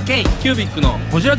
K キュービックのホジラジ。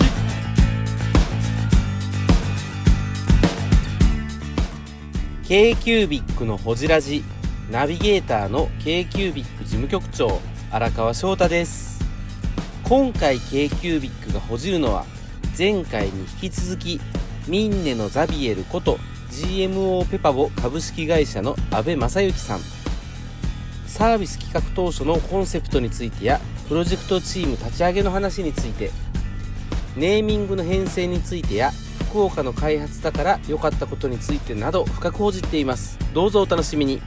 k キュービックのホジラジナビゲーターの k キュービック事務局長荒川翔太です。今回 k キュービックがほじるのは前回に引き続きミンネのザビエルこと GMO ペパボ株式会社の阿部正幸さん。サービス企画当初のコンセプトについてやプロジェクトチーム立ち上げの話について、ネーミングの編成についてや福岡の開発だから良かったことについてなど深く報じっています。どうぞお楽しみに。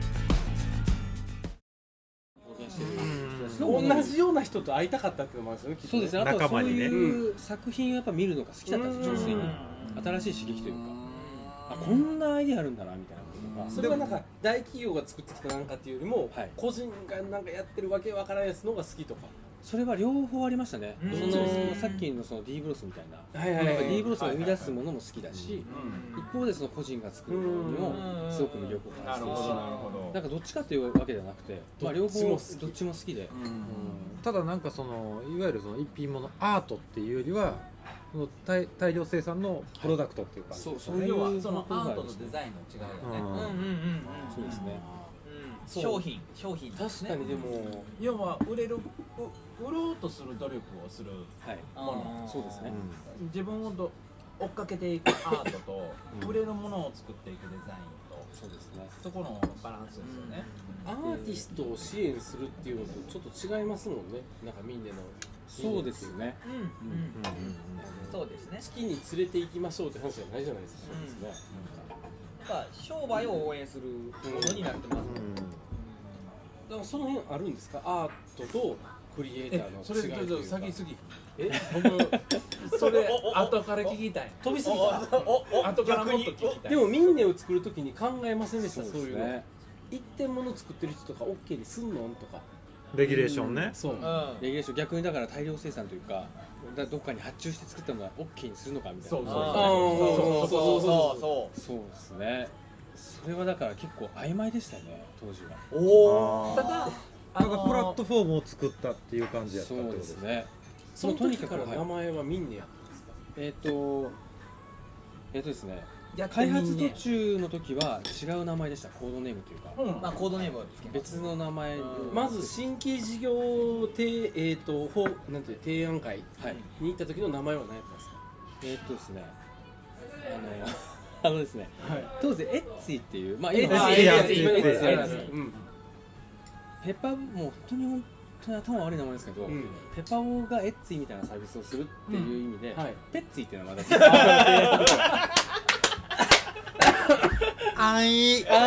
同じような人と会いたかったっていうのもあるんですよね、きっとね。 そうですね。あとはそういう作品をやっぱ見るのが好きだったんです、純粋に。新しい刺激というか、あ、こんなアイデアあるんだなみたいなこととか。 それはなんか大企業が作ってきたなんかっていうよりも、個人がなんかやってるわけわからないやつの方が好きとか。 それは両方ありましたね。さっきのその D ブロスみたいな、D ブロスが生み出すものも好きだし、一方でその個人が作るものにもすごく魅力を感じてるし、なんかどっちかというわけではなくて、まあ両方どっちも好きで。 ただなんかそのいわゆるその一品物アートっていうよりは、その大量生産のプロダクトっていうか、 そういう要はそのアートとデザインの違いよね。 そうですね。 商品確かに。でも要は売ろうとする努力をするもの。 そうですね。 自分を追っかけていくアートと売れるものを作っていくデザインと、 そうですね。 そこのバランスですよね。 アーティストを支援するっていうのとちょっと違いますもんね。なんかみんなのそうですよね。 そうですね。 月に連れて行きましょうって話じゃないじゃないですか。 そうですね。 商売を応援するものになってます。 だからその辺あるんですか、アートとクリエイターの違いというか。 それ先すぎ。 僕それ後から聞きたい。 飛びすぎた。 後からもっと聞きたい。 でもミンネを作るときに考えませんでした。そういうの。 ね。 一点物作ってる人とか OK にすんのとか。 レギュレーションね。 そう。 レギュレーション、逆にだから大量生産というか、どっかに発注して作ったのが OK にするのかみたいな。 そうですね。それはだから結構曖昧でしたよね、当時は。 ただなんかプラットフォームを作ったっていう感じやったってそうでことですすね。 その時から名前はミンネやったんですか。 ですね。開発途中の時は違う名前でした。コードネームというか。 まあコードネームをつけます。 別の名前。 まず新規事業なんていう提案会に行った時の名前は何やったんですか。 ですね。ですね。当時エッツィっていう、まあ今ペパもう本当に頭悪い名前ですけど、ペパオがエッツィみたいなサービスをするっていう意味で、ペッツィっていう名前だった。 安易で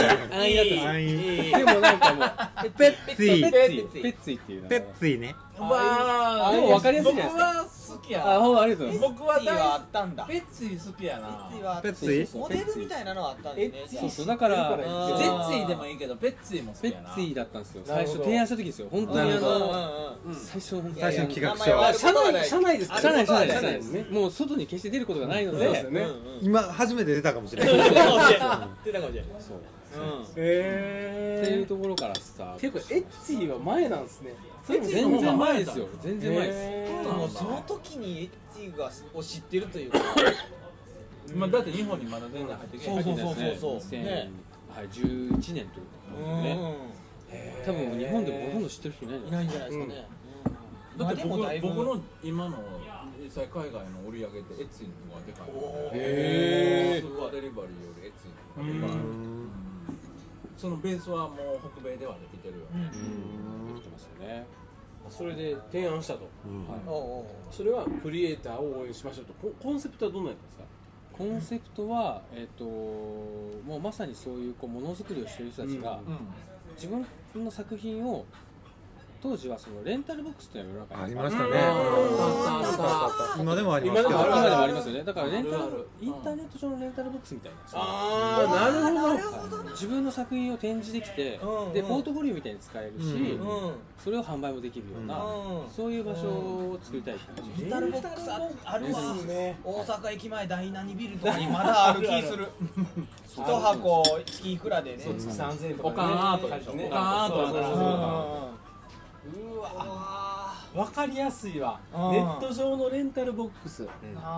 もなんかもうペッツィペッツィっていう名前。 ペッツィね。 でも分かりやすいじゃないですか。 好きや。 ありがとうございます。 僕はあったんだ。ペッツィ好きやな。 ペッツィモデルみたいなのはあったんですね。 そうだからゼッツィでもいいけどペッツィも好きやな。 ペッツィだったんですよ。最初提案した時ですよ。本当に最初の企画書。 社内ですか。 社内ですね。もう外に決して出ることがないので、 今初めて出たかもしれない。 出たかもしれない。 っていうところからスタート。 結構エッチーは前なんですね。 全然前ですよ。全然前です。 でもその時にエッチーを知ってるというか、まあだって日本にまだ全然入ってきてない。 そうね。はい、11年というかね。多分日本でもほとんど知ってる人いないんじゃないですかね。 だって僕の今の実際海外の売り上げってエッチーの方がでかい。スーパーデリバリーよりエッチーの方がでかい。そのベースはもう北米ではできてるよね。 できてますよね。 それで提案したと。それはクリエイターを応援しましょうと。コンセプトはどんなやったんですか。 コンセプトはもうまさにそういうものづくりをしている人たちが自分の作品を当時はそのレンタルボックスっていうのがありましたね。今でもありますけど。 今でもありますよね。だからインターネット上のレンタルボックスみたいな。 なるほど。 自分の作品を展示できて、でポートフォリオみたいに使えるし、それを販売もできるような、そういう場所を作りたいって感じ。 レンタルボックスあるわ。大阪駅前第何ビルとかにまだある気する。一箱月いくらでね。 月3000円とか。 オカンアートでしょ。オカンアート。うわ分かりやすいわ。ネット上のレンタルボックス。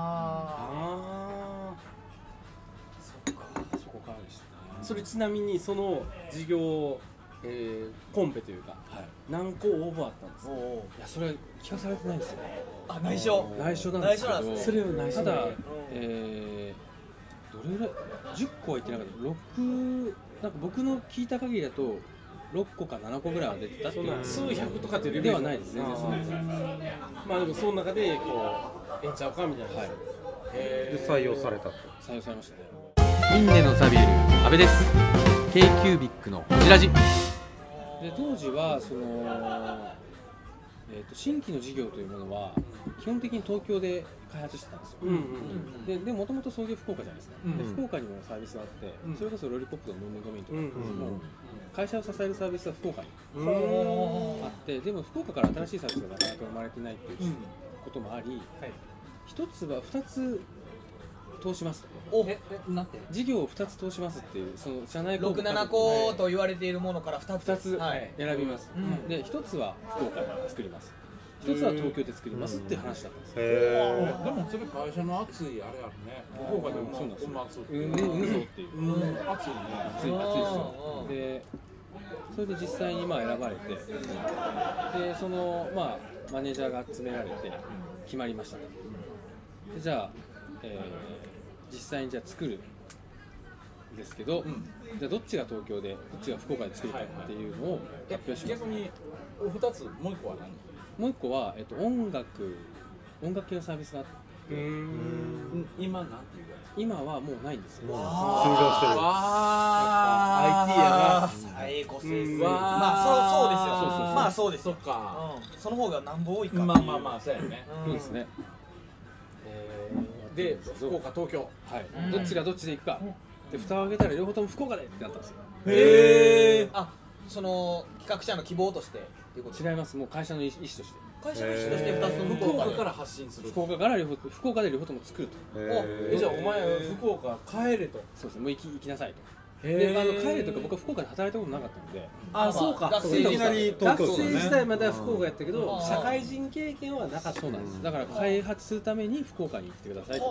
ああ、そっか、 そこからでしたね。 それちなみにその事業、コンペというか、はい、何個応募あったんですか？ いや、それ聞かされてないんですよ。 あ、内緒なんですけど、 それを内緒ただ、どれぐらい10個は言ってなかった。6、なんか僕の聞いた限りだと6個か7個ぐらいは出てたっていう。 数百とかっていうレベルではないですね。 まあでもその中でこうえんちゃうかみたいな。はい。 で採用されたと。 採用されましたね。ミンネのザビエル阿部です。 k キュービックのホジラジで、当時はその、新規の事業というものは基本的に東京で開発してたんですよ。でもともと創業福岡じゃないですか。で福岡にもサービスがあって、それこそロリポップのムーンドメインとか、もう会社を支えるサービスは福岡にあって、でも福岡から新しいサービスがなかなか生まれてないっていうこともあり、一つは2つ通しますと。 なんて事業を2つ通しますっていう、その社内 6、7個と言われているものから2つ選びます。で、1つは福岡で作ります。1つは東京で作りますって話だったんですよ。 でもそれ会社の熱いあれあるね。福岡でもそうなんですよ。 っていう。 熱いね。 熱いですよ。で、それで実際に選ばれて、でそのマネージャーが集められて決まりました。でじゃあ、実際にじゃあ作るんですけど、じゃあどっちが東京でどっちが福岡で作るかっていうのを発表します。 逆に2つ、もう1個は何？ もう1個は、音楽系のサービスがあって、 今なんていうか今はもうないんですよ。 終了してる。 IT やな。 最高です。まあそうですよ。 そっか。 その方がなんぼ多いか。 まあそうやね。 そうですね。 で福岡東京、 はい、どっちがどっちで行くかで蓋を開けたら両方とも福岡でってなったんですよ。 へえ。あ、その企画者の希望としてっていうこと？ 違います。もう会社の意思として。 会社の意思として2つとも福岡から発信する。 福岡で両方とも作ると。 じゃあお前福岡帰れと。 そうですね。もう行きなさいと。で帰るとか僕は福岡で働いたことなかったので。 あ、そうか。 いきなり東京学生時代までは福岡やったけど、社会人経験はなかった。 そうなんです。だから開発するために福岡に行ってくださいと。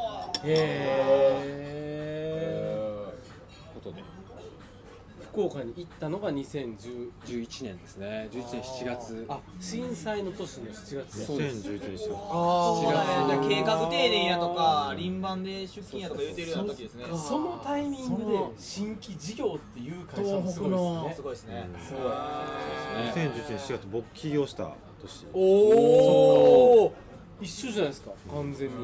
ことで福岡に行ったのが2011 年ですね。11年7月。 あ、震災の年の7月。 そうです。 2011年でした。 計画停電やとか輪番で出勤やとか言うてるような時ですね。 そのタイミングで新規事業っていう会社もすごいですね。 すごいですね。 2011年4月僕起業した年。 おお、一緒じゃないですか、完全に。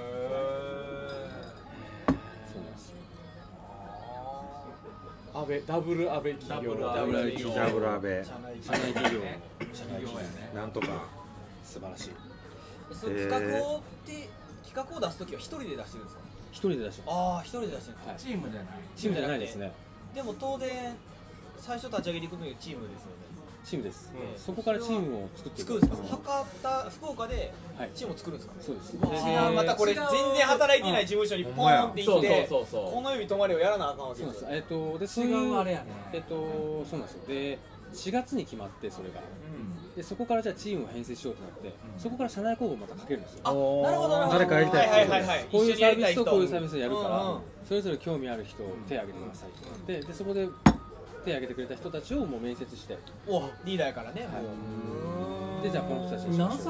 ダブル安倍企業。 ダブル安倍。社内企業。 なんとか素晴らしい。 その企画を出すときは一人で出してるんですか？ 一人で出してます。 ああ、一人で出してる。 チームじゃない。 チームじゃないですね。 でも当然最初立ち上げていくのにチームですよね。 チームです。そこからチームを作っていくんですか？福岡でチームを作るんですか？ そうです。 またこれ全然働いてない事務所にポーンって行ってこの指止まれをやらなあかんわけですよ。 違うあれやね。そうなんですよ。で4月に決まってそれが。でそこからじゃあチームを編成しようとなって、そこから社内公募をまたかけるんですよ。 あ、なるほど。 誰かやりたい人、 こういうサービスとこういうサービスをやるから、それぞれ興味ある人を手を挙げてくださいでそこで手を挙げてくれた人たちをもう面接して、 リーダーからね。 でじゃあこの人たちに何歳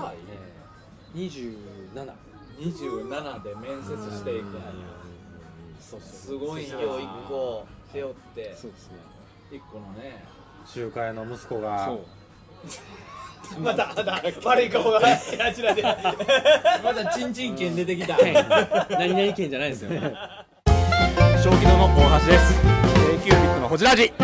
？27 で面接していく。 すごい企業1個背負って。 そうですね。 1個のね中華屋の息子がまた悪い顔があちらでまだチンチン券出てきた。 何々券じゃないですよ。 小規模の大橋です。k キュービックのホジラジ。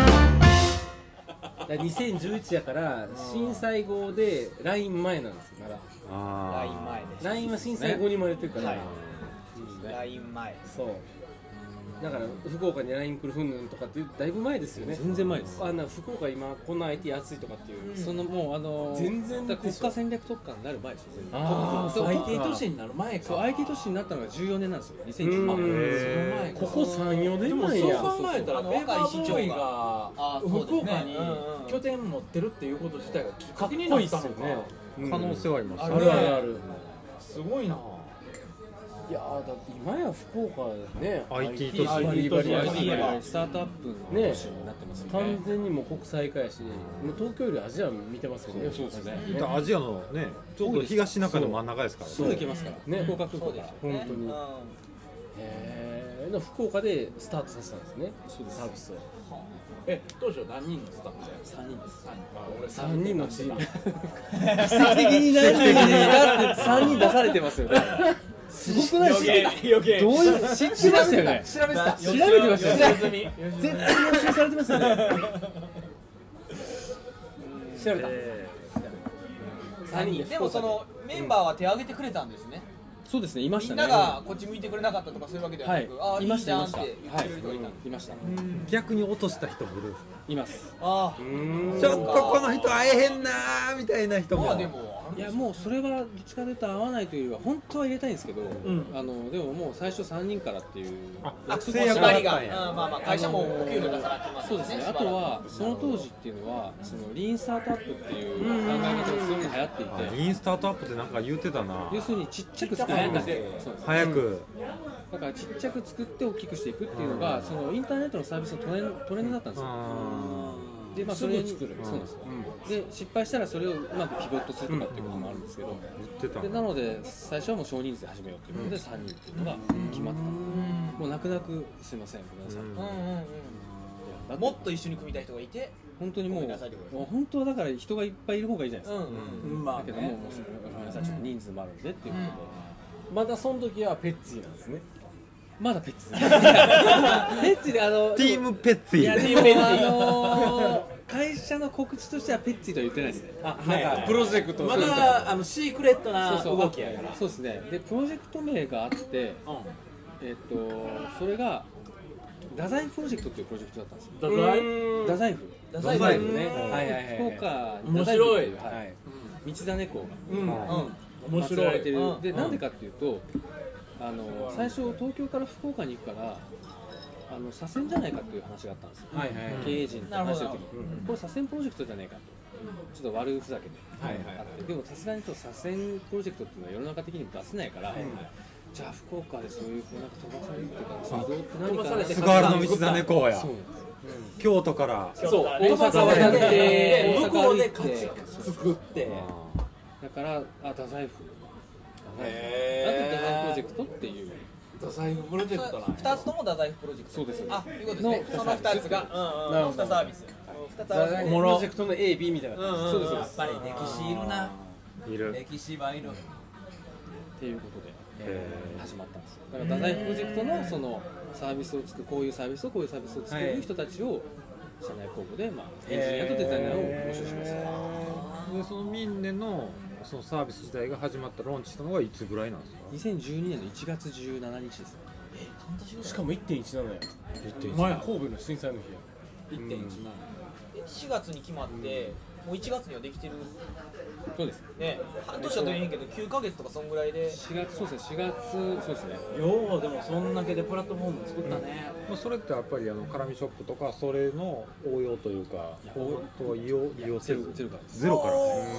2011やから震災後で LINE 前なんですよ。まだ LINE 前です。 LINE は震災後に生まれてるから。 LINE 前。 そうだから福岡に LINE 来るふんぬんとかってだいぶ前ですよね。 全然前です。 福岡今こんな IT 熱いとかっていう、 そのもう全然国家戦略特化になる前ですよ。 IT 都市になる前か。 そう IT 都市になったのが14年なんですよ。2010年。 ここ3、4年前や。 そう考えたらペーパーボーイが福岡に拠点持ってるっていうこと自体がきっかけになったのか。 可能性はあります。 あるあるある。 すごいな。 いやだって今や福岡ね IT 都市バリバリスタートアップの都市になってますよね。 完全にもう国際化やし、もう東京よりアジア見てますよね。 そうですね。 アジアのね、ちょうど東シナ海の真ん中ですからね。 すぐ行けますからね。福岡空港から本当に。福岡でスタートさせたんですね。 そうです。 サービスを。 どうしよう、何人のスタッフで ？3人です。 俺3人のチーム。 奇跡的に何人ですかって3人出されてますよね。すごくないですか？ 余計どういう知ってましたよね。 調べてた。 調べてましたよね。絶対予習されてますよね。 調べた。 3人でもそのメンバーは手を挙げてくれたんですね。 そうですね、いましたね。 みんながこっち向いてくれなかったとかそういうわけではなく、ああいいじゃんって言ってくれる人がいた。 いました。 逆に落とした人もいるんですか？ います。 ああ、 ちょっとこの人会えへんなーみたいな人も。 まあでもいやもうそれはどっちかというと合わないというよりは本当は入れたいんですけど、でももう最初3人からっていう制約があったんや。 まあ会社もお給料出さなきゃいけない。 そうですね。あとはその当時っていうのはそのリーンスタートアップっていう考え方がすごく流行っていて、 リーンスタートアップってなんか言ってたな。 要するにちっちゃく作るんですよ。 早く。 だからちっちゃく作って大きくしていくっていうのがそのインターネットのサービスのトレンドだったんですよ。でそれを作る。そうなんですよ。で失敗したらそれをうまくピボットするとかっていうこともあるんですけど、でなので最初はもう少人数で始めようっていうことで3人っていうのが決まってた。もう泣く泣くすいませんごめんなさい。 もっと一緒に組みたい人がいて、 本当にもう本当はだから人がいっぱいいる方がいいじゃないですか。だけどもうごめんなさいちょっと人数もあるんでっていうことで、 まだその時はペッツィなんですね。 まだペッツィ。ペッツィでティームペッツィ。 いやでも会社の告知としてはペッツィとは言ってないですね。 なんかプロジェクトまだシークレットな動きやから。 そうですね。でプロジェクト名があって、それが太宰プロジェクトっていうプロジェクトだったんですよ。太宰府。 太宰府ね。 福岡に面白い。 道真公が面白い。 でなんでかっていうと最初東京から福岡に行くから左遷じゃないかっていう話があったんですよ。経営陣と話してる時にこれ左遷プロジェクトじゃないかとちょっと悪ふざけであって、でもさすがに左遷プロジェクトっていうのは世の中的にも出せないから、じゃあ福岡でそういうなんか飛ばされるっていうか移動って何かなって菅原道真公や。京都からそう大阪渡って向こうで勝ち作って、 だから太宰府太宰プロジェクトっていう太宰府プロジェクトなん 2つとも太宰府プロジェクト。 そうです。 あ、いうことですね。その2つが2サービス。2つ合わせてプロジェクトの A、B みたいな。 そうです。やっぱり歴史いるな。 いる。 歴史はいる。 っていうことで始まったんですよ。だから太宰府プロジェクトのそのサービスを作るこういうサービスとこういうサービスを作る人たちを社内公募でエンジニアとデザイナーを募集しました。 でそのミンネのそのサービス自体が始まったローンチしたのはいつぐらいなんですか ？2012年の1月17日ですね。 しかも 1.17 や。神戸の震災の日や。 1.17。 4月に決まってもう1月にはできてる。 そうですね。半年はと言えんけど9ヶ月とかそんぐらいで。 4月そうですね。4月そうですね。 ようでもそんだけでプラットフォーム作ったね。 それってやっぱり絡みショップとかそれの応用というか本当は利用ゼロからです。ゼロから。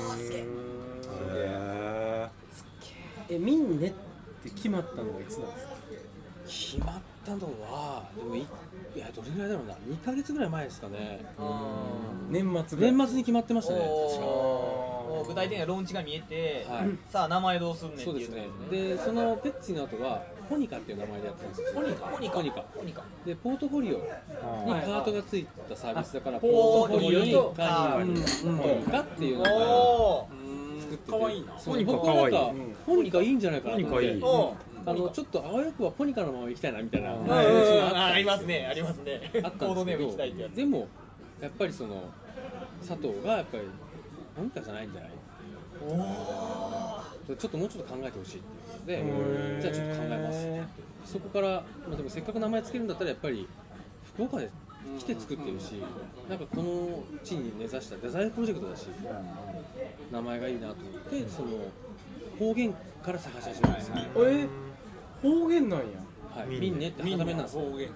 ミンネって決まったのがいつなんですか？ 決まったのはでもいやどれぐらいだろうな2ヶ月ぐらい前ですかね。 年末に決まってましたね。確か具体的なローンチが見えて、さあ名前どうすんねんっていうね。 でそのペッツィの後はポニカっていう名前でやってたんですよ。ポニカでポートフォリオにカートがついたサービスだからポートフォリオにポニカっていう名前を作ってて、 可愛いな。 僕はなんかポニカいいんじゃないかなと思って、 ポニカいい。 ちょっとあわよくはポニカのまま行きたいなみたいなありますねありますね。 あったんですけど、でもやっぱりその佐藤がやっぱりポニカじゃないんじゃない？ちょっともうちょっと考えてほしいっていうので、じゃあちょっと考えますって言ってそこから、でもせっかく名前つけるんだったらやっぱり福岡で来て作ってるし、なんかこの地に根ざしたデザインプロジェクトだし、名前がいいなと思ってその方言から探し始めたんですよ。 方言なんや。 はい、みんねって博多弁なんですよ。 方言。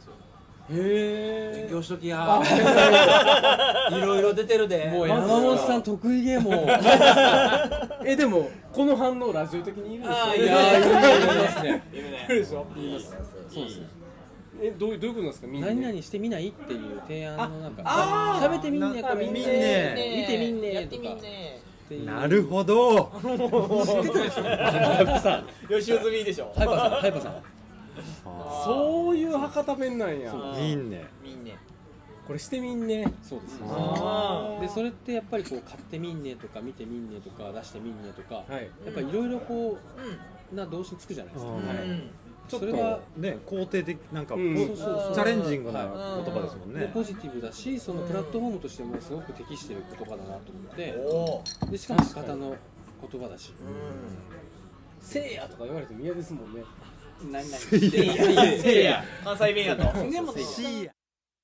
へ勉強しときや。いろいろ出てるで。 もう山本さん得意げもう。 でもこの反応ラジオ的にいるんですか？ いや言いますね。 いるでしょ？言います。そうですね。どういうことなんですか？みんな何々してみないっていう提案のなんか食べてみんねとか見てみんねやってみんねなるほど。 ハイパさん、 吉尾済みでしょ。 ハイパさん。 そういう博多弁なんや。 みんね。 これしてみんね。 そうです。でそれってやっぱりこう買ってみんねとか見てみんねとか出してみんねとか、やっぱりいろいろこうな動詞つくじゃないですか。 ちょっとね肯定的なんかチャレンジングな言葉ですもんね。 ポジティブだし、そのプラットフォームとしてもすごく適している言葉だなと思って、でしかも博多の言葉だし、 せいやとか言われても嫌ですもんね。 何々せいや関西弁やと。でもしや。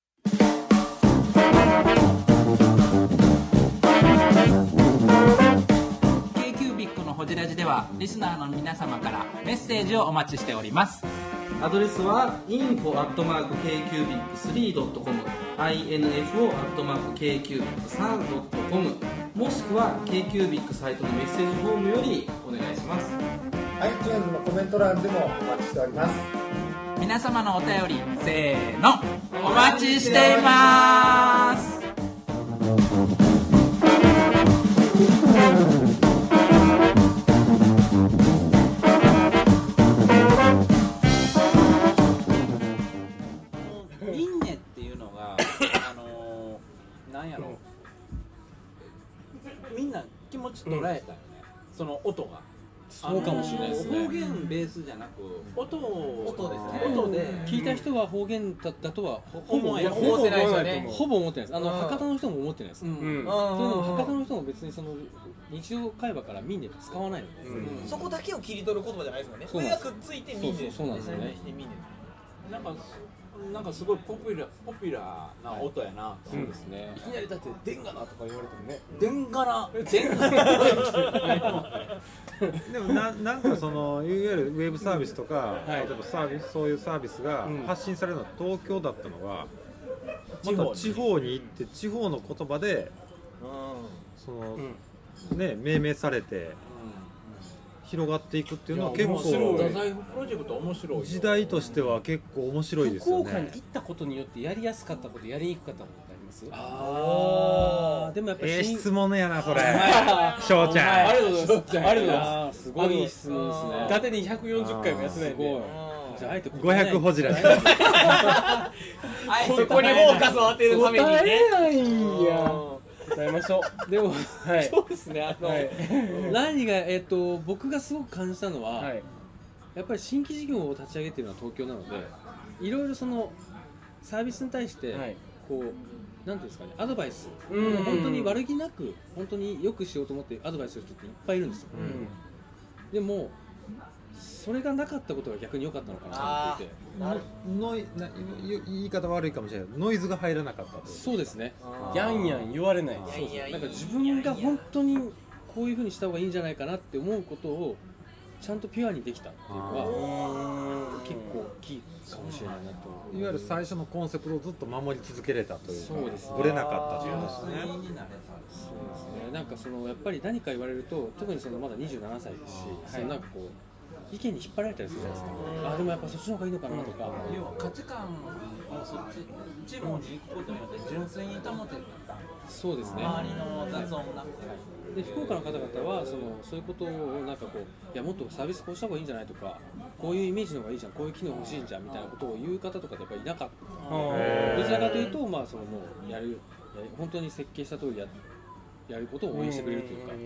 ホジラジではリスナーの皆様からメッセージをお待ちしております。 アドレスは info@kcubic3.com info@kcubic3.com もしくは KQBIC サイトのメッセージフォームよりお願いします。 iTunes のコメント欄でもお待ちしております。 皆様のお便りせーのお待ちしています。 みんねっていうのがなんやろ、みんな気持ち捉えたよね、その音が。 そうかもしれないですね。 方言ベースじゃなく音ですね。 音で聞いた人は方言だとはほぼ思ってないですよね。 ほぼ思ってないです。博多の人も思ってないです。というのも博多の人も別にその日常会話からみんねと使わないので、 そこだけを切り取る言葉じゃないですもんね。それがくっついてみんね。 そうなんですよね。 なんかすごいポピュラーな音やな。 そうですね。 いきなりだってでんがなとか言われてもね。 でんがな。 でもなんかそのいわゆるウェブサービスとか、例えばそういうサービスが発信されるのは東京だったのが、また地方に行って地方の言葉でそのね命名されて広がっていくっていうのは結構太宰府プロジェクト面白い。 時代としては結構面白いですよね。 福岡に行ったことによってやりやすかったことやりにくかったことあります？ でもやっぱり質問やなそれ。翔ちゃん。 ありがとうございます。ありがとうございます。 すごい質問ですね。 伊達に140回もやってないんで。 じゃああえて 500ホジラジ。 そこにフォーカスを当てるためにね。 答えないんや。答えましょう。 でもそうですね。 何が僕がすごく感じたのは、やっぱり新規事業を立ち上げているのは東京なので、いろいろそのサービスに対してこうなんていうんですかね、アドバイス、本当に悪気なく本当によくしようと思ってアドバイスする人っていっぱいいるんですよ。でもそれがなかったことが逆に良かったのかなと思っていて、 言い方悪いかもしれない。ノイズが入らなかったと。 そうですね。 やんやん言われない。 なんか自分が本当にこういう風にした方がいいんじゃないかなって思うことをちゃんとピュアにできたっていうのは結構大きいかもしれないなと。 いわゆる最初のコンセプトをずっと守り続けれたというか、 そうですね。 ぶれなかったということですね。 そうですね。なんかそのやっぱり何か言われると、特にそのまだ27歳ですし、そのなんかこう意見に引っ張られたりするじゃないですか。でもやっぱそっちの方がいいのかなとか。 要は価値観をそっち地方に行くことによって純粋に保てる。 そうですね。 周りの雑音なくで福岡の方々はそういうことをなんかこういやもっとサービスこうした方がいいんじゃないとか、こういうイメージの方がいいじゃん、こういう機能欲しいんじゃんみたいなことを言う方とかってやっぱりいなかった。どちらかというとそのもう本当に設計した通りやることを応援してくれるというか、って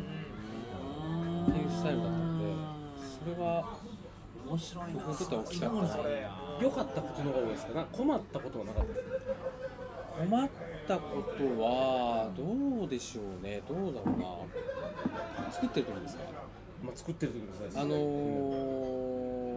いうスタイルだったので、それは面白いな。 僕にとっては大きかったな。 良かったことの方が多いですか？困ったことはなかったですか？ 困ったことはどうでしょうね。どうだろうな。作ってる時ですか？ 作ってる時です。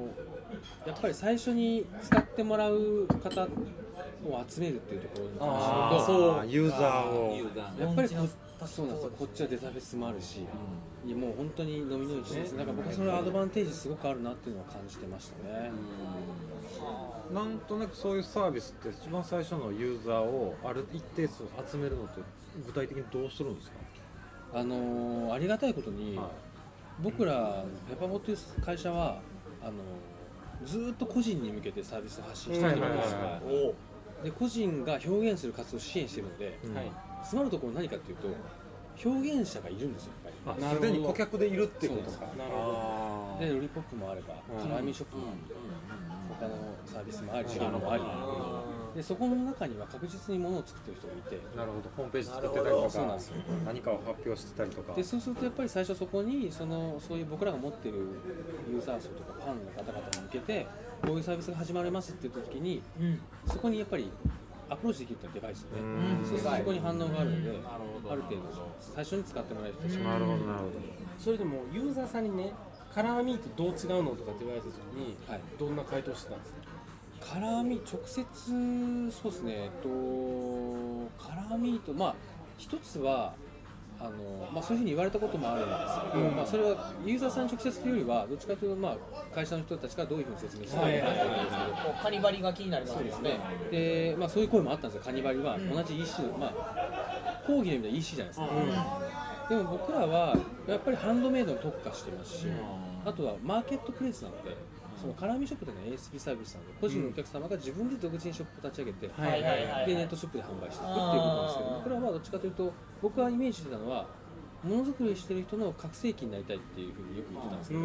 やっぱり最初に使ってもらう方を集めるっていうところに関してそうユーザーをやっぱりそうなんですよ。こっちはデザフェスもあるし、もう本当に飲みの市です。だから僕それはアドバンテージすごくあるなっていうのは感じてましたね。 なんとなくそういうサービスって一番最初のユーザーをある一定数集めるのって具体的にどうするんですか？ ありがたいことに、僕らペパボという会社はずーっと個人に向けてサービスを発信しているんですが、で個人が表現する活動を支援しているので、詰まるところ何かというと表現者がいるんですよ。やっぱりすでに顧客でいるっていうことですか？ なるほど。でロリポップもあれば、カラーミーショップも他のサービスもあり、違うのもあり、でそこの中には確実に物を作ってる人がいて、 なるほど、ホームページ作ってたりとか、何かを発表してたりとか、 でそうするとやっぱり最初そこにそういう僕らが持ってるユーザー層とかファンの方々に向けてこういうサービスが始まりますって言った時に、そこにやっぱりアプローチできるってのはでかいですよね。そうするとそこに反応があるので、ある程度最初に使ってもらえる人たちが、 なるほどなるほど。 それでもユーザーさんにね、カラーミーとどう違うのとかって言われた時に、どんな回答してたんですか？カラーミー直接そうですね。カラーミーと一つはそういうふうに言われたこともあるんですけど、それはユーザーさんに直接というよりはどっちかというと会社の人たちがどういうふうに説明してるかということですけど、 カニバリが気になりますよね。 でそういう声もあったんですよ。カニバリは同じ EC の講義の意味では EC じゃないですか。でも僕らはやっぱりハンドメイドに特化してますし、あとはマーケットプレイスなので、そのカラーミーショップというのは ASP サービスなので、個人のお客様が自分で独自にショップを立ち上げて、でネットショップで販売していくっていうことなんですけど、僕らはどっちかというと、僕がイメージしてたのはものづくりしてる人の拡声器になりたいっていうふうによく言ってたんですけど、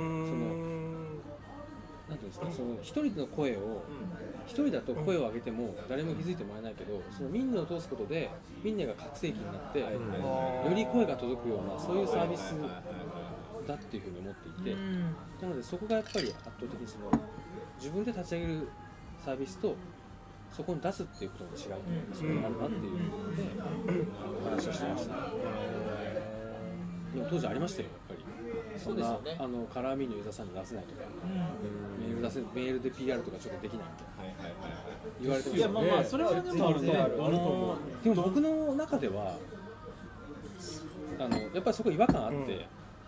なんていうんですか、その一人の声を一人だと声を上げても誰も気づいてもらえないけど、そのみんなを通すことでみんなが拡声器になって、より声が届くようなそういうサービスだっていうふうに思っていて、なのでそこがやっぱり圧倒的に自分で立ち上げるサービスとそこに出すっていうことの違いとそこにあるなっていうので話をしてました。でも当時ありましたよ、やっぱり。そんなカラーミーのユーザーさんに出せないとか、メールで PR とかちょっとできないみたいな言われてましたね。いやそれはでもあると思う。でも僕の中ではやっぱりそこ違和感あって、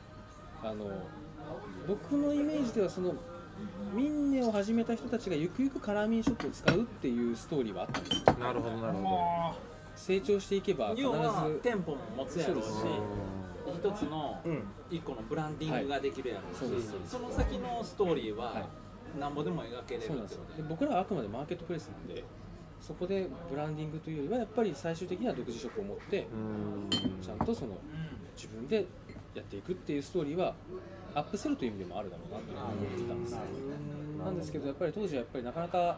僕のイメージではミンネを始めた人たちがゆくゆくカラーミーショップを使うっていうストーリーはあったんです。 なるほどなるほど。 成長していけば必ず要は店舗も持つやろうし、一つの一個のブランディングができるやろうし、その先のストーリーはなんぼでも描けれるってことで、 僕らはあくまでマーケットプレイスなんで、そこでブランディングというよりはやっぱり最終的には独自ショップを持ってちゃんと自分でやっていくっていうストーリーはアップセルという意味でもあるだろうなと思ってたんです。なんですけどやっぱり当時はやっぱりなかなか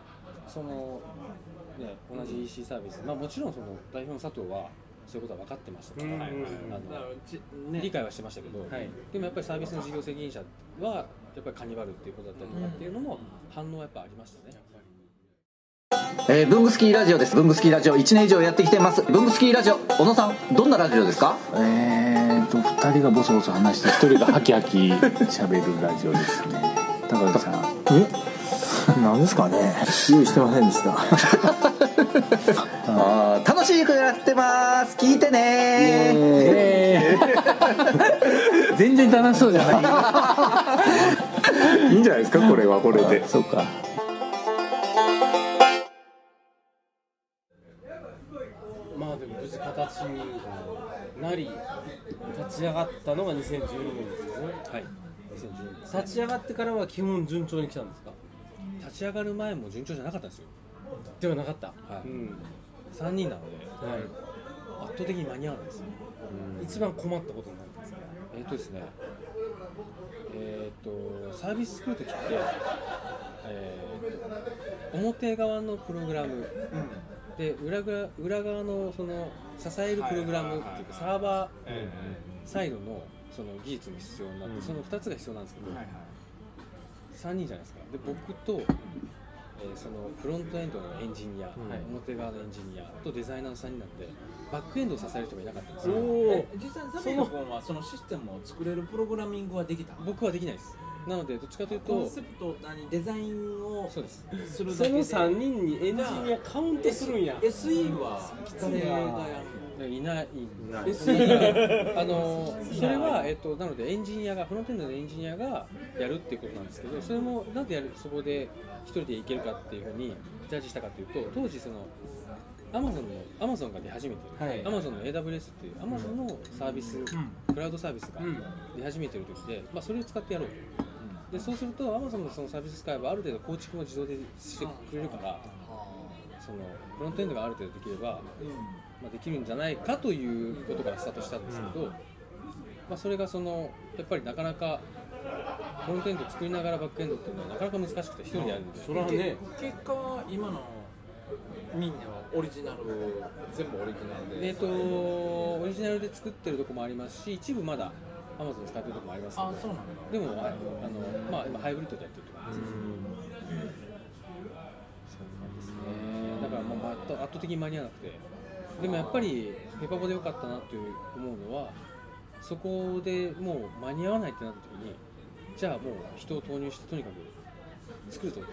同じ EC サービス、もちろん代表の佐藤はそういうことは分かってましたから、理解はしてましたけど、でもやっぱりサービスの事業責任者はやっぱりカニバルっていうことだったりとかっていうのも反応はやっぱありましたね。 ブングスキーラジオです。ブングスキーラジオ1年以上やってきてます。ブングスキーラジオ、小野さんどんなラジオですか ？2人がボソボソ話して1人がハキハキ喋るラジオですね。高木さん、 何ですかね、用意してませんでした楽しくやってます、聞いてね全然楽しそうじゃないいいんじゃないですか、これはこれで。そうか。 でも無事形になり立ち上がったのが2012年ですよね。はい、2012年。立ち上がってからは基本順調に来たんですか？立ち上がる前も順調じゃなかったんですよ。ではなかった。はい。3人なので、圧倒的に間に合わないですよ。一番困ったことになるんですか？ですね。サービス作るときって、表側のプログラム。で裏側の支えるプログラムっていうかサーバーサイドの技術も必要になって、その2つが必要なんですけど、3人じゃないですか。で僕と、フロントエンドのエンジニア、表側のエンジニアとデザイナーの3人なんでバックエンドを支える人がいなかったんですよ。 実際サミノ君はそのシステムを作れるプログラミングはできた？ 僕はできないです。 なのでどっちかというとコンセプトデザインをそうですするだけでその3人にエンジニアカウントするんや。 SE は誰がやるいない SE それは、なのでエンジニアがフロントエンドのエンジニアがやるっていうことなんですけど、それもなんでそこで一人でいけるかっていうふうにジャッジしたかというと、当時そのアマゾンが出始めてる、アマゾンの AWS っていうアマゾンのサービス、クラウドサービスが出始めてる時で、それを使ってやろうと。でそうするとアマゾンのそのサービス使えばある程度構築も自動でしてくれるから、そのフロントエンドがある程度できれば、できるんじゃないかということからスタートしたんですけど、それがそのやっぱりなかなかフロントエンド作りながらバックエンドっていうのはなかなか難しくて一人でやるんで、 それはね、結果は今のみんなはオリジナル、全部オリジナルでオリジナルで作ってるところもありますし、一部まだ Amazon 使ってるところもありますけど、 そうなんだ。 でも今ハイブリッドでやってるところですね。そうなんですね。だからもう圧倒的に間に合わなくて、でもやっぱりペパボで良かったなと思うのは、そこでもう間に合わないってなった時に、じゃあもう人を投入してとにかく作るぞって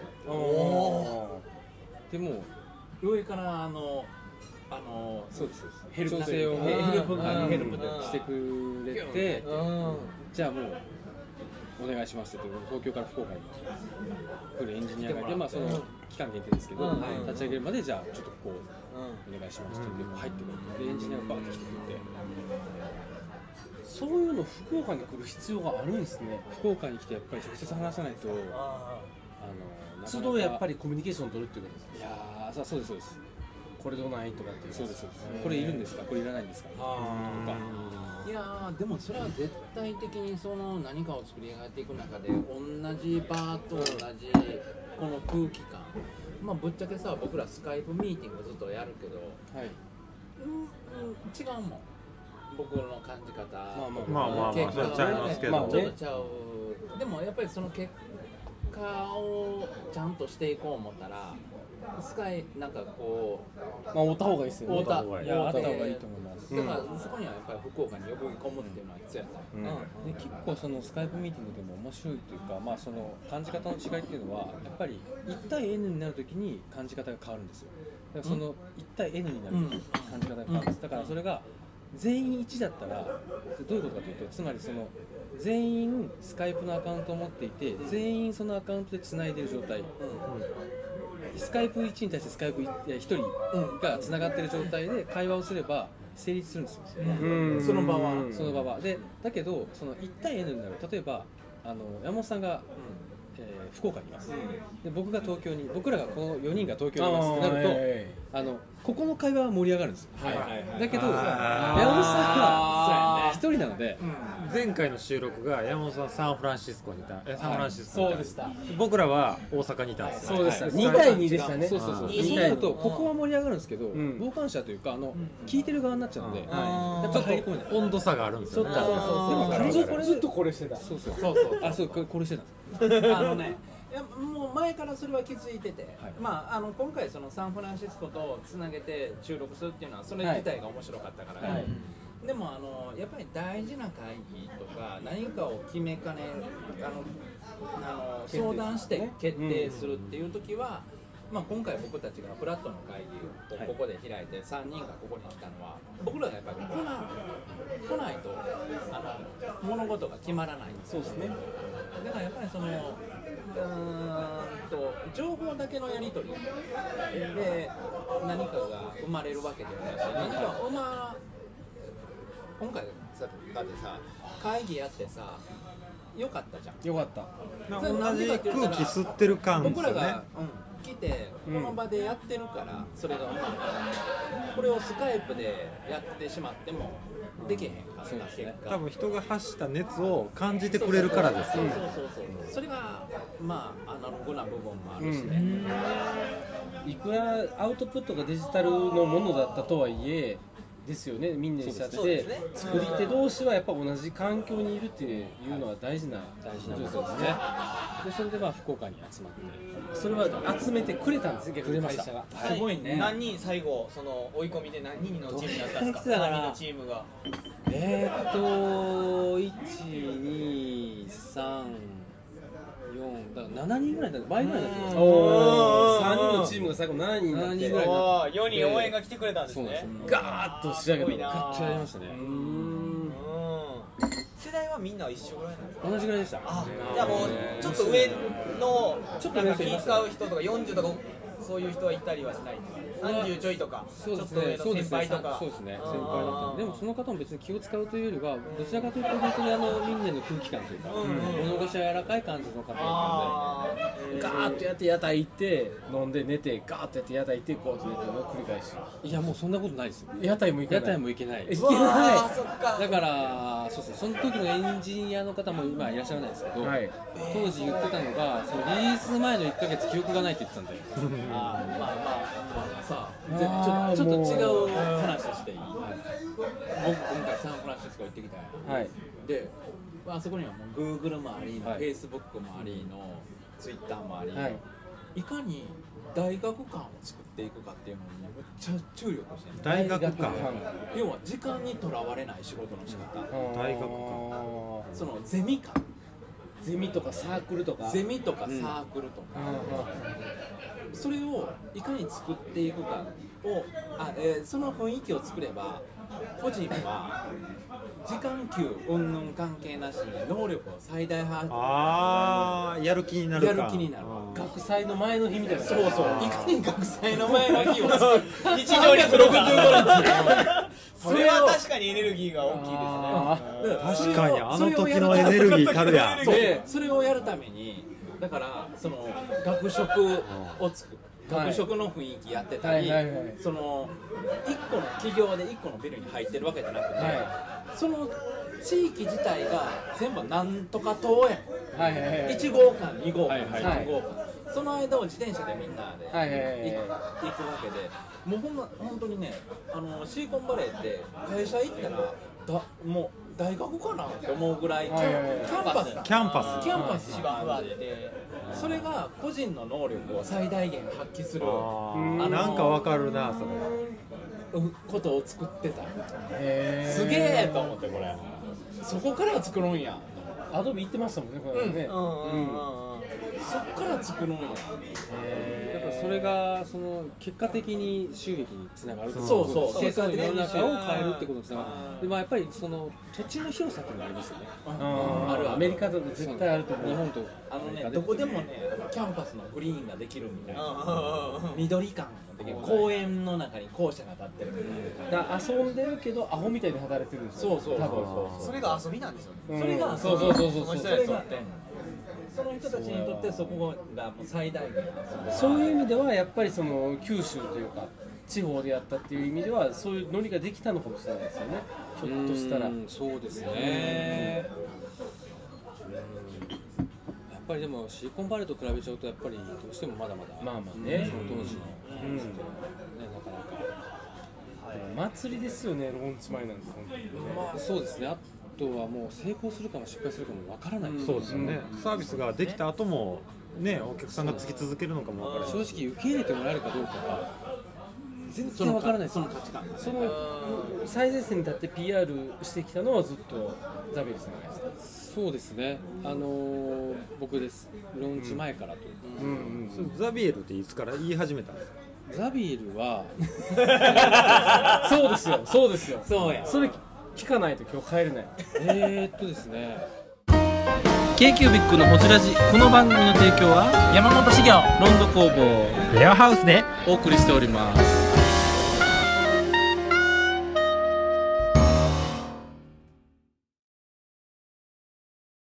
。でも上からそうですヘルプ調整をヘルプしてくれて、じゃあもうお願いしますって東京から福岡に来るエンジニアがいて、その期間限定ですけど、立ち上げるまでじゃあちょっとこうお願いしますって言って入ってくるでエンジニアがバーって来てくれて、 そういうの福岡に来る必要があるんですね。 福岡に来てやっぱり直接話さないと都度やっぱりコミュニケーションを取るっていうことですか。 いやそうですそうです。 これどうないとかっていう。 そうですそうです。これいるんですか、これいらないんですかとか。 いやでもそれは絶対的にその何かを作り上げていく中で同じ場と同じこの空気感、ぶっちゃけさ、僕らスカイプミーティングずっとやるけど、違うもん、僕の感じ方、結果ちゃいますけど、 ちょっとちゃう。でもやっぱりその結果をちゃんとしていこう思ったらスカイなんかこう追った方がいいですよね。 あった方がいいと思います。 だからそこにはやっぱり福岡に呼び込むっていうのは必要やった。 で結構そのスカイプミーティングでも面白いというか、その感じ方の違いっていうのはやっぱり1対 N になるときに感じ方が変わるんですよ。だからその1対 N になるとき感じ方が変わるんです。だからそれが全員1だったらどういうことかというと、つまりその全員スカイプのアカウントを持っていて、全員そのアカウントでつないでいる状態、スカイプ1に対してスカイプ1人がつながっている状態で会話をすれば成立するんですよ、 その場は。 でだけどその1対 N になる、例えば山本さんが、福岡にいます、で僕が東京に、僕らがこの4人が東京にいますってなると、ここの会話は盛り上がるんですよ。だけど山本さんは1人なので、 前回の収録が山本さんサンフランシスコにいた、サンフランシスコそうでした。 僕らは大阪にいたんですよ。 そうでした。2対2でしたね。 そうなるとここは盛り上がるんですけど、傍観者というか聞いてる側になっちゃうので、やっぱ入り込めない、 温度差があるんですよね。 ずっとこれしてた。 そうこれしてたんです。 いやもう前からそれは気づいてて、今回そのサンフランシスコとつなげて収録するっていうのはそれ自体が面白かったから、でもやっぱり大事な会議とか何かを決めかね相談して決定するっていう時は、今回僕たちがフラットの会議をここで開いて3人がここに来たのは、僕らがやっぱり来ないと物事が決まらないんですよ。そうですね。だからやっぱりその情報だけのやり取りで何かが生まれるわけではないし、何か今回さ、だってさ、会議やってさ、よかったじゃん。 よかった。 同じ空気吸ってる感ですよね。 僕らが、来てこの場でやってるから、それがこれをスカイプでやってしまってもできへんかった結果、 多分人が発した熱を感じてくれるからですよ。 それがアナログな部分もあるしね、 いくらアウトプットがデジタルのものだったとはいえですよね、みんなにしちゃって、作り手同士はやっぱ同じ環境にいるっていうのは大事なことですよね。 でそれで福岡に集まって、 それは集めてくれたんですね、逆に会社が。 すごいね。何人最後その追い込みで何人のチームになったんですか。3人のチームが 1、2、3、 4だから7人ぐらいだった倍ぐらいだったんですよ。 3人のチームが最後7人になって、 4人応援が来てくれたんですね。 ガーッと仕上げてガッとやりましたね。 世代はみんな一緒ぐらいなんですか？ 同じぐらいでした。 じゃあもうちょっと上のなんか気使う人とか40とかそういう人はいたりはしないとか。30ちょいとか、 そうですね、先輩とか、そうですね、先輩だったんで、でもその方も別に気を使うというよりは、どちらかというと本当にみんなの空気感というか、物腰は柔らかい感じの方だったんで、 ガーッとやって屋台行って飲んで寝て、ガーッとやって屋台行ってこうと寝ての繰り返し。 いやもうそんなことないですよ。 屋台も行けない。 屋台も行けない。 行けない。 だからそうですね、その時のエンジニアの方も今いらっしゃらないですけど、当時言ってたのが、そのリリース前の1ヶ月記憶がないって言ってたんで。 さあ、ちょっと違う話していい？僕今回サンフランシスコ行ってきたんや。で、あそこにはもう Google もありの、Facebook もありの、Twitter もありの、いかに大学館を作っていくかっていうのにめっちゃ注力してる。 大学館。 要は時間にとらわれない仕事の仕方。 大学館。 そのゼミ館。 ゼミとかサークルとか。 ゼミとかサークルとか。それをいかに作っていくかをその雰囲気を作れば個人は時間給云々関係なしに能力を最大化やる気になるか。 やる気になる。 学祭の前の日みたいな。 そうそう。いかに学祭の前の日を作る日常にするか。それは確かにエネルギーが大きいですね。 確かにあの時のエネルギーたるや。 それをやるためにだからその学食を作る。学食の雰囲気やってたり、その1個の企業で1個のビルに入ってるわけじゃなくて、その地域自体が全部なんとか島やん、1号館2号館3号館、その間を自転車でみんなで行くわけで、もう本当にね、シリコンバレーって会社行ったらもう大学かなって思うぐらいキャンパスがあって、それが個人の能力を最大限発揮するなんかわかるな、それことを作ってた。すげえと思って、これそこから作るんや。 アドビ行ってましたもんね、これね。 そっから作るんや。 だからそれがその結果的に収益につながる。 そう経済の世の中を変えるってことにつながる。でもやっぱりその土地の広さっていうのがありますよね。 ある。アメリカだと絶対あると思う。 日本とどこでもね、キャンパスのグリーンができるみたいな、緑感ができる、公園の中に校舎が建ってるみたいな。 遊んでるけどアホみたいに働いてるんですよ。 そう。 それが遊びなんですよね。 それがそう。 その人たちにとってそこがもう最大限。 そういう意味ではやっぱりその九州というか地方でやったっていう意味ではそういうノリができたのかもしれないですよね。ひょっとしたら。 そうですね。やっぱりでもシリコンバレーと比べちゃうとやっぱりどうしてもまだまだね、その当時のなかなか祭りですよね、ローンチ前なんて本当にね。 まあそうですね。あとはもう成功するかも失敗するかもわからない。 そうですよね。サービスができた後もね、お客さんがつき続けるのかもわからない。 正直受け入れてもらえるかどうかは全然わからない。 その価値観。 その最前線に立って PR してきたのはずっとザビエルさんじゃないですか。 そうですね。僕です。ローンチ前からと。 ザビエルっていつから言い始めたんですか。 ザビエルはそうですよ。 そうや。 それ聞かないと今日帰れない。 ですね。 K-Cubic のホジラジ、この番組の提供は山本修行ロンド工房レアハウスでお送りしております。